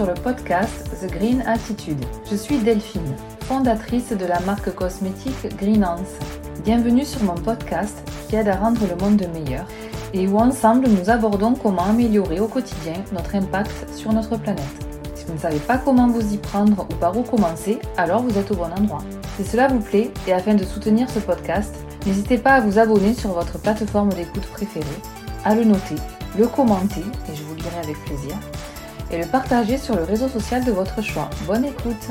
le podcast The Green Attitude. Je suis Delphine, fondatrice de la marque cosmétique Greenance. Bienvenue sur mon podcast qui aide à rendre le monde meilleur et où ensemble nous abordons comment améliorer au quotidien notre impact sur notre planète. Si vous ne savez pas comment vous y prendre ou par où commencer, alors vous êtes au bon endroit. Si cela vous plaît et afin de soutenir ce podcast, n'hésitez pas à vous abonner sur votre plateforme d'écoute préférée, à le noter, le commenter, et je vous le lirai avec plaisir, et le partager sur le réseau social de votre choix. Bonne écoute!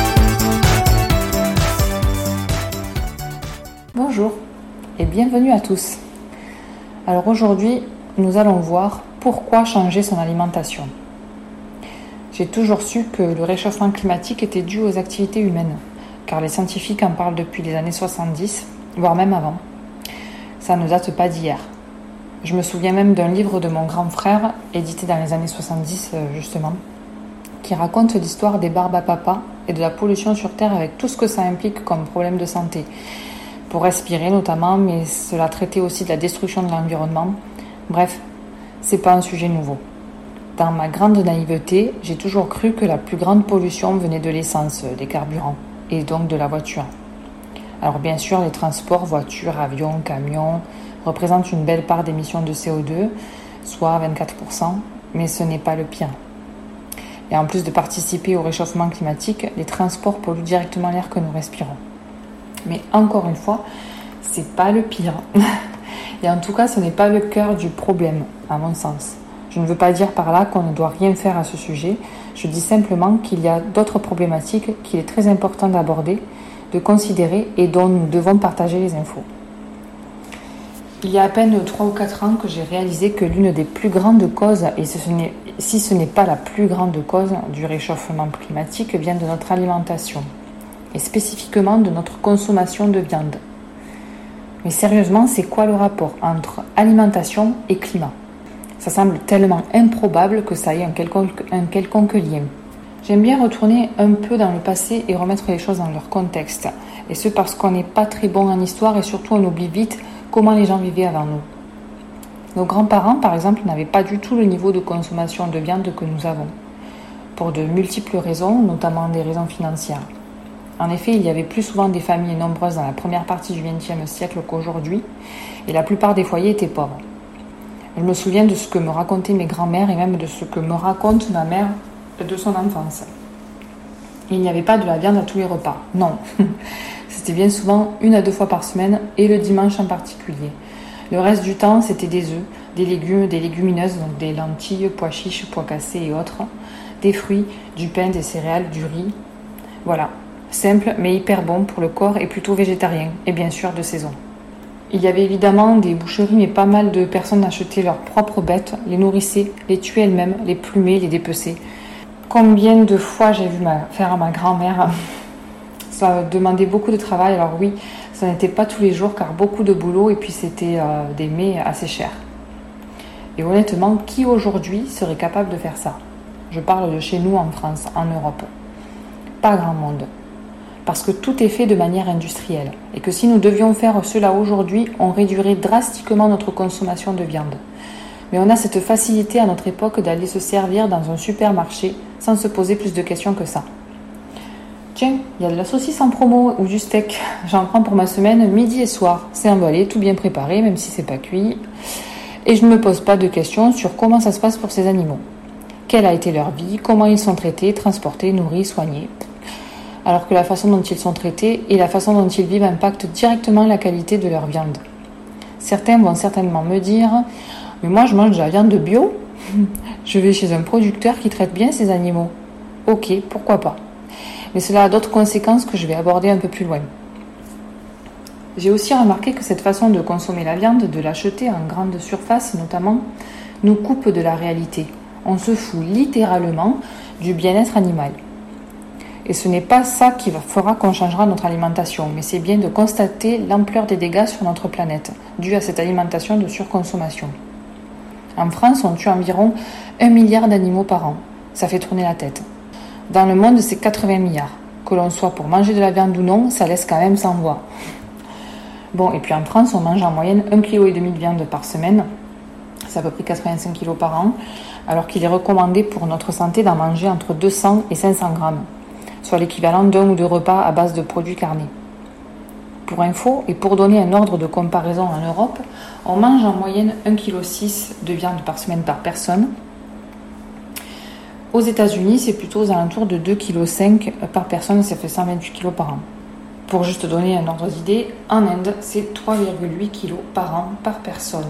Bonjour et bienvenue à tous. Alors aujourd'hui, nous allons voir pourquoi changer son alimentation. J'ai toujours su que le réchauffement climatique était dû aux activités humaines, car les scientifiques en parlent depuis les années 70, voire même avant. Ça ne date pas d'hier. Je me souviens même d'un livre de mon grand frère, édité dans les années 70 justement, qui raconte l'histoire des barbes à papa et de la pollution sur Terre avec tout ce que ça implique comme problème de santé. Pour respirer notamment, mais cela traitait aussi de la destruction de l'environnement. Bref, c'est pas un sujet nouveau. Dans ma grande naïveté, j'ai toujours cru que la plus grande pollution venait de l'essence, des carburants, et donc de la voiture. Alors bien sûr, les transports, voitures, avions, camions, représentent une belle part d'émissions de CO2, soit 24%, mais ce n'est pas le pire. Et en plus de participer au réchauffement climatique, les transports polluent directement l'air que nous respirons. Mais encore une fois, c'est pas le pire. Et en tout cas, ce n'est pas le cœur du problème, à mon sens. Je ne veux pas dire par là qu'on ne doit rien faire à ce sujet. Je dis simplement qu'il y a d'autres problématiques qu'il est très important d'aborder, de considérer et dont nous devons partager les infos. Il y a à peine 3 ou 4 ans que j'ai réalisé que l'une des plus grandes causes, et si ce n'est pas la plus grande cause du réchauffement climatique, vient de notre alimentation, et spécifiquement de notre consommation de viande. Mais sérieusement, c'est quoi le rapport entre alimentation et climat ? Ça semble tellement improbable que ça ait un quelconque lien. J'aime bien retourner un peu dans le passé et remettre les choses dans leur contexte, et ce parce qu'on n'est pas très bon en histoire et surtout on oublie vite comment les gens vivaient avant nous. Nos grands-parents, par exemple, n'avaient pas du tout le niveau de consommation de viande que nous avons, pour de multiples raisons, notamment des raisons financières. En effet, il y avait plus souvent des familles nombreuses dans la première partie du XXe siècle qu'aujourd'hui, et la plupart des foyers étaient pauvres. Je me souviens de ce que me racontaient mes grands-mères et même de ce que me raconte ma mère de son enfance. Il n'y avait pas de la viande à tous les repas, non. C'était bien souvent 1 à 2 fois par semaine et le dimanche en particulier. Le reste du temps, c'était des œufs, des légumes, des légumineuses, donc des lentilles, pois chiches, pois cassés et autres, des fruits, du pain, des céréales, du riz. Voilà, simple mais hyper bon pour le corps et plutôt végétarien, et bien sûr de saison. Il y avait évidemment des boucheries, mais pas mal de personnes achetaient leurs propres bêtes, les nourrissaient, les tuaient elles-mêmes, les plumaient, les dépeçaient. Combien de fois j'ai vu faire à ma grand-mère. Ça demandait beaucoup de travail, alors oui, ça n'était pas tous les jours car beaucoup de boulot et puis c'était des mets assez chers. Et honnêtement, qui aujourd'hui serait capable de faire ça ? Je parle de chez nous en France, en Europe. Pas grand monde. Parce que tout est fait de manière industrielle et que si nous devions faire cela aujourd'hui, on réduirait drastiquement notre consommation de viande. Mais on a cette facilité à notre époque d'aller se servir dans un supermarché sans se poser plus de questions que ça. Tiens, il y a de la saucisse en promo ou du steak. J'en prends pour ma semaine midi et soir. C'est emballé, tout bien préparé, même si c'est pas cuit. Et je ne me pose pas de questions sur comment ça se passe pour ces animaux. Quelle a été leur vie, comment ils sont traités, transportés, nourris, soignés. Alors que la façon dont ils sont traités et la façon dont ils vivent impactent directement la qualité de leur viande. Certains vont certainement me dire « Mais moi je mange de la viande de bio. Je vais chez un producteur qui traite bien ces animaux. » Ok, pourquoi pas. Mais cela a d'autres conséquences que je vais aborder un peu plus loin. J'ai aussi remarqué que cette façon de consommer la viande, de l'acheter en grande surface notamment, nous coupe de la réalité. On se fout littéralement du bien-être animal. Et ce n'est pas ça qui fera qu'on changera notre alimentation, mais c'est bien de constater l'ampleur des dégâts sur notre planète, dus à cette alimentation de surconsommation. En France, on tue environ 1 milliard d'animaux par an. Ça fait tourner la tête. Dans le monde, c'est 80 milliards. Que l'on soit pour manger de la viande ou non, ça laisse quand même sans voix. Bon, et puis en France, on mange en moyenne 1,5 kg de viande par semaine. c'est à peu près 85 kg par an, alors qu'il est recommandé pour notre santé d'en manger entre 200 et 500 grammes, soit l'équivalent d'un ou deux repas à base de produits carnés. Pour info, et pour donner un ordre de comparaison en Europe, on mange en moyenne 1,6 kg de viande par semaine par personne. Aux États-Unis, c'est plutôt aux alentours de 2,5 kg par personne, ça fait 128 kg par an. Pour juste donner un ordre d'idée, en Inde, c'est 3,8 kg par an par personne.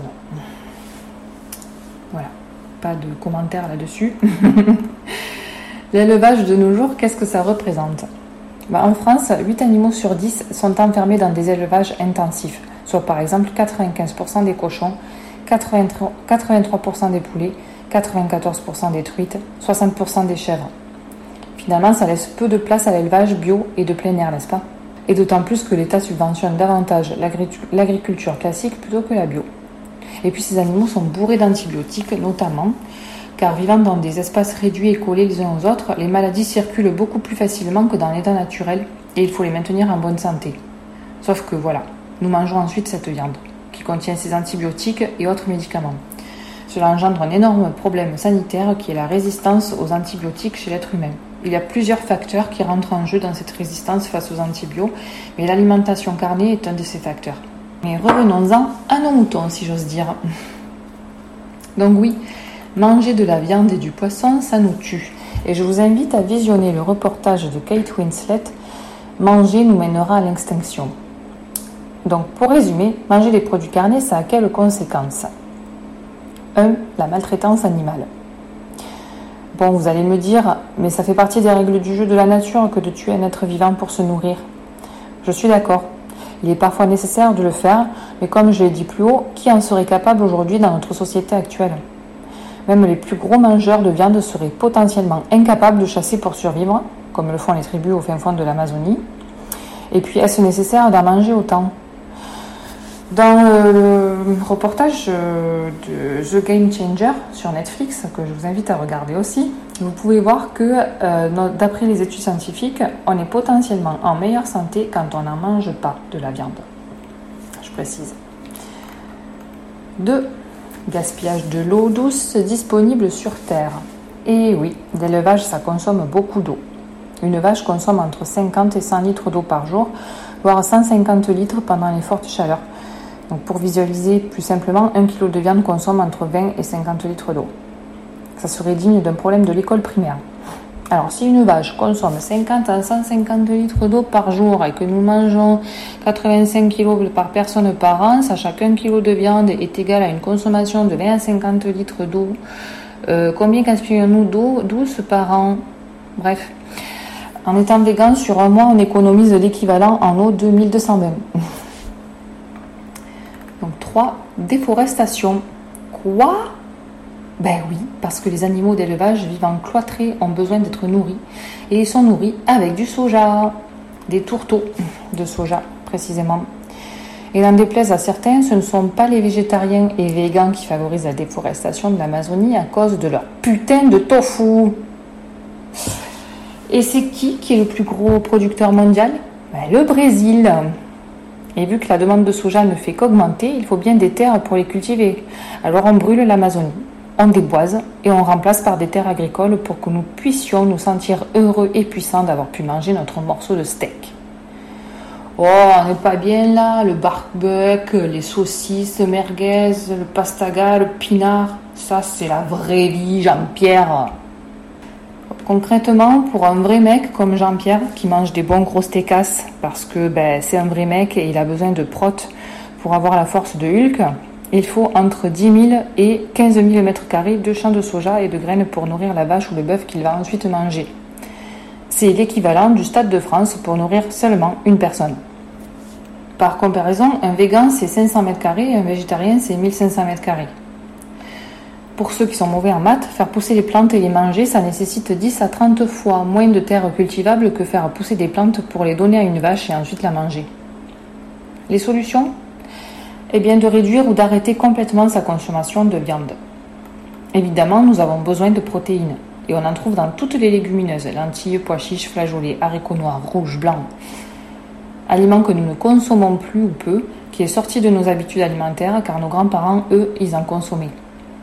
Voilà, pas de commentaires là-dessus. L'élevage de nos jours, qu'est-ce que ça représente ? En France, 8 animaux sur 10 sont enfermés dans des élevages intensifs, soit par exemple 95% des cochons, 83% des poulets, 94% des truites, 60% des chèvres. Finalement, ça laisse peu de place à l'élevage bio et de plein air, n'est-ce pas ? Et d'autant plus que l'État subventionne davantage l'agriculture classique plutôt que la bio. Et puis ces animaux sont bourrés d'antibiotiques notamment, car vivant dans des espaces réduits et collés les uns aux autres, les maladies circulent beaucoup plus facilement que dans l'état naturel et il faut les maintenir en bonne santé. Sauf que voilà, nous mangeons ensuite cette viande, qui contient ces antibiotiques et autres médicaments. Cela engendre un énorme problème sanitaire qui est la résistance aux antibiotiques chez l'être humain. Il y a plusieurs facteurs qui rentrent en jeu dans cette résistance face aux antibiotiques, mais l'alimentation carnée est un de ces facteurs. Mais revenons-en à nos moutons, si j'ose dire. Donc oui, manger de la viande et du poisson, ça nous tue. Et je vous invite à visionner le reportage de Kate Winslet, « Manger nous mènera à l'extinction ». Donc pour résumer, manger des produits carnés, ça a quelles conséquences ? 1. La maltraitance animale. Bon, vous allez me dire, mais ça fait partie des règles du jeu de la nature que de tuer un être vivant pour se nourrir. Je suis d'accord. Il est parfois nécessaire de le faire, mais comme je l'ai dit plus haut, qui en serait capable aujourd'hui dans notre société actuelle ? Même les plus gros mangeurs de viande seraient potentiellement incapables de chasser pour survivre, comme le font les tribus au fin fond de l'Amazonie. Et puis, est-ce nécessaire d'en manger autant ? Dans le reportage de The Game Changer sur Netflix, que je vous invite à regarder aussi, vous pouvez voir que, d'après les études scientifiques, on est potentiellement en meilleure santé quand on n'en mange pas de la viande. Je précise. 2. Gaspillage de l'eau douce disponible sur Terre. Et oui, l'élevage, ça consomme beaucoup d'eau. Une vache consomme entre 50 et 100 litres d'eau par jour, voire 150 litres pendant les fortes chaleurs. Donc pour visualiser plus simplement, 1 kg de viande consomme entre 20 et 50 litres d'eau. Ça serait digne d'un problème de l'école primaire. Alors si une vache consomme 50 à 150 litres d'eau par jour et que nous mangeons 85 kg par personne par an, sachant qu'un kilo de viande est égal à une consommation de 20 à 50 litres d'eau, combien gaspillons-nous d'eau douce par an ? Bref, en étant végan, sur un mois, on économise l'équivalent en eau de 1220. Donc 3. Déforestation. Quoi ? Ben oui, parce que les animaux d'élevage vivant cloîtrés ont besoin d'être nourris. Et ils sont nourris avec du soja, des tourteaux de soja précisément. Et n'en déplaise à certains, ce ne sont pas les végétariens et végans qui favorisent la déforestation de l'Amazonie à cause de leur putain de tofu. Et c'est qui est le plus gros producteur mondial ? Ben, le Brésil. Et vu que la demande de soja ne fait qu'augmenter, il faut bien des terres pour les cultiver. Alors on brûle l'Amazonie. On déboise et on remplace par des terres agricoles pour que nous puissions nous sentir heureux et puissants d'avoir pu manger notre morceau de steak. Oh, on n'est pas bien là, le barbecue, les saucisses, le merguez, le pastaga, le pinard, ça c'est la vraie vie, Jean-Pierre. Concrètement, pour un vrai mec comme Jean-Pierre qui mange des bons gros steakasses parce que c'est un vrai mec et il a besoin de prot pour avoir la force de Hulk, il faut entre 10 000 et 15 000 m² de champs de soja et de graines pour nourrir la vache ou le bœuf qu'il va ensuite manger. C'est l'équivalent du Stade de France pour nourrir seulement une personne. Par comparaison, un végan c'est 500 m² et un végétarien c'est 1500 m². Pour ceux qui sont mauvais en maths, faire pousser les plantes et les manger, ça nécessite 10 à 30 fois moins de terre cultivable que faire pousser des plantes pour les donner à une vache et ensuite la manger. Les solutions ? Eh bien de réduire ou d'arrêter complètement sa consommation de viande. Évidemment, nous avons besoin de protéines et on en trouve dans toutes les légumineuses, lentilles, pois chiches, flageolets, haricots noirs, rouges, blancs. Aliments que nous ne consommons plus ou peu, qui est sorti de nos habitudes alimentaires car nos grands-parents, eux, ils en consommaient.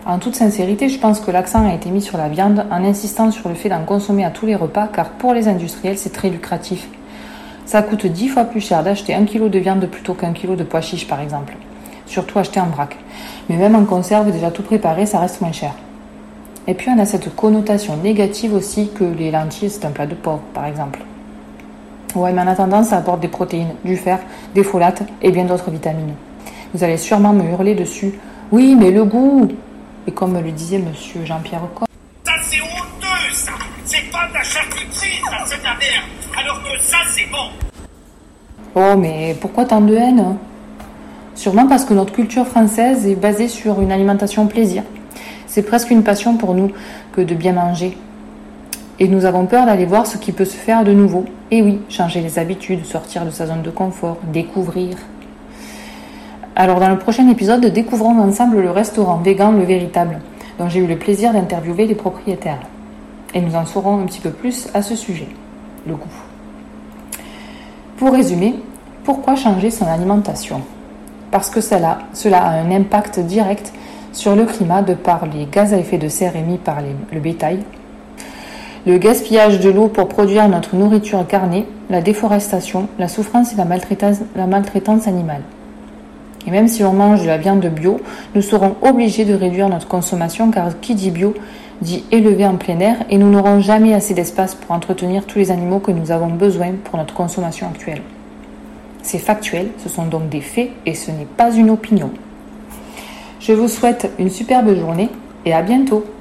En toute sincérité, je pense que l'accent a été mis sur la viande en insistant sur le fait d'en consommer à tous les repas, car pour les industriels, c'est très lucratif. Ça coûte 10 fois plus cher d'acheter 1 kg de viande plutôt qu'un kilo de pois chiches, par exemple. Surtout acheté en vrac. Mais même en conserve, déjà tout préparé, ça reste moins cher. Et puis on a cette connotation négative aussi que les lentilles, c'est un plat de pauvre, par exemple. Ouais, mais en attendant, ça apporte des protéines, du fer, des folates et bien d'autres vitamines. Vous allez sûrement me hurler dessus. Oui, mais le goût! Et comme le disait monsieur Jean-Pierre Coq. Ça, c'est honteux, ça! C'est pas de la charcuterie, ça, c'est de la merde! Alors que ça, c'est bon! Oh, mais pourquoi tant de haine? Sûrement parce que notre culture française est basée sur une alimentation plaisir. C'est presque une passion pour nous que de bien manger. Et nous avons peur d'aller voir ce qui peut se faire de nouveau. Et oui, changer les habitudes, sortir de sa zone de confort, découvrir. Alors dans le prochain épisode, découvrons ensemble le restaurant vegan Le Véritable, dont j'ai eu le plaisir d'interviewer les propriétaires. Et nous en saurons un petit peu plus à ce sujet, le goût. Pour résumer, pourquoi changer son alimentation? Parce que cela a un impact direct sur le climat de par les gaz à effet de serre émis par le bétail, le gaspillage de l'eau pour produire notre nourriture carnée, la déforestation, la souffrance et la maltraitance animale. Et même si on mange de la viande bio, nous serons obligés de réduire notre consommation car qui dit bio dit élevé en plein air et nous n'aurons jamais assez d'espace pour entretenir tous les animaux que nous avons besoin pour notre consommation actuelle. C'est factuel, ce sont donc des faits et ce n'est pas une opinion. Je vous souhaite une superbe journée et à bientôt.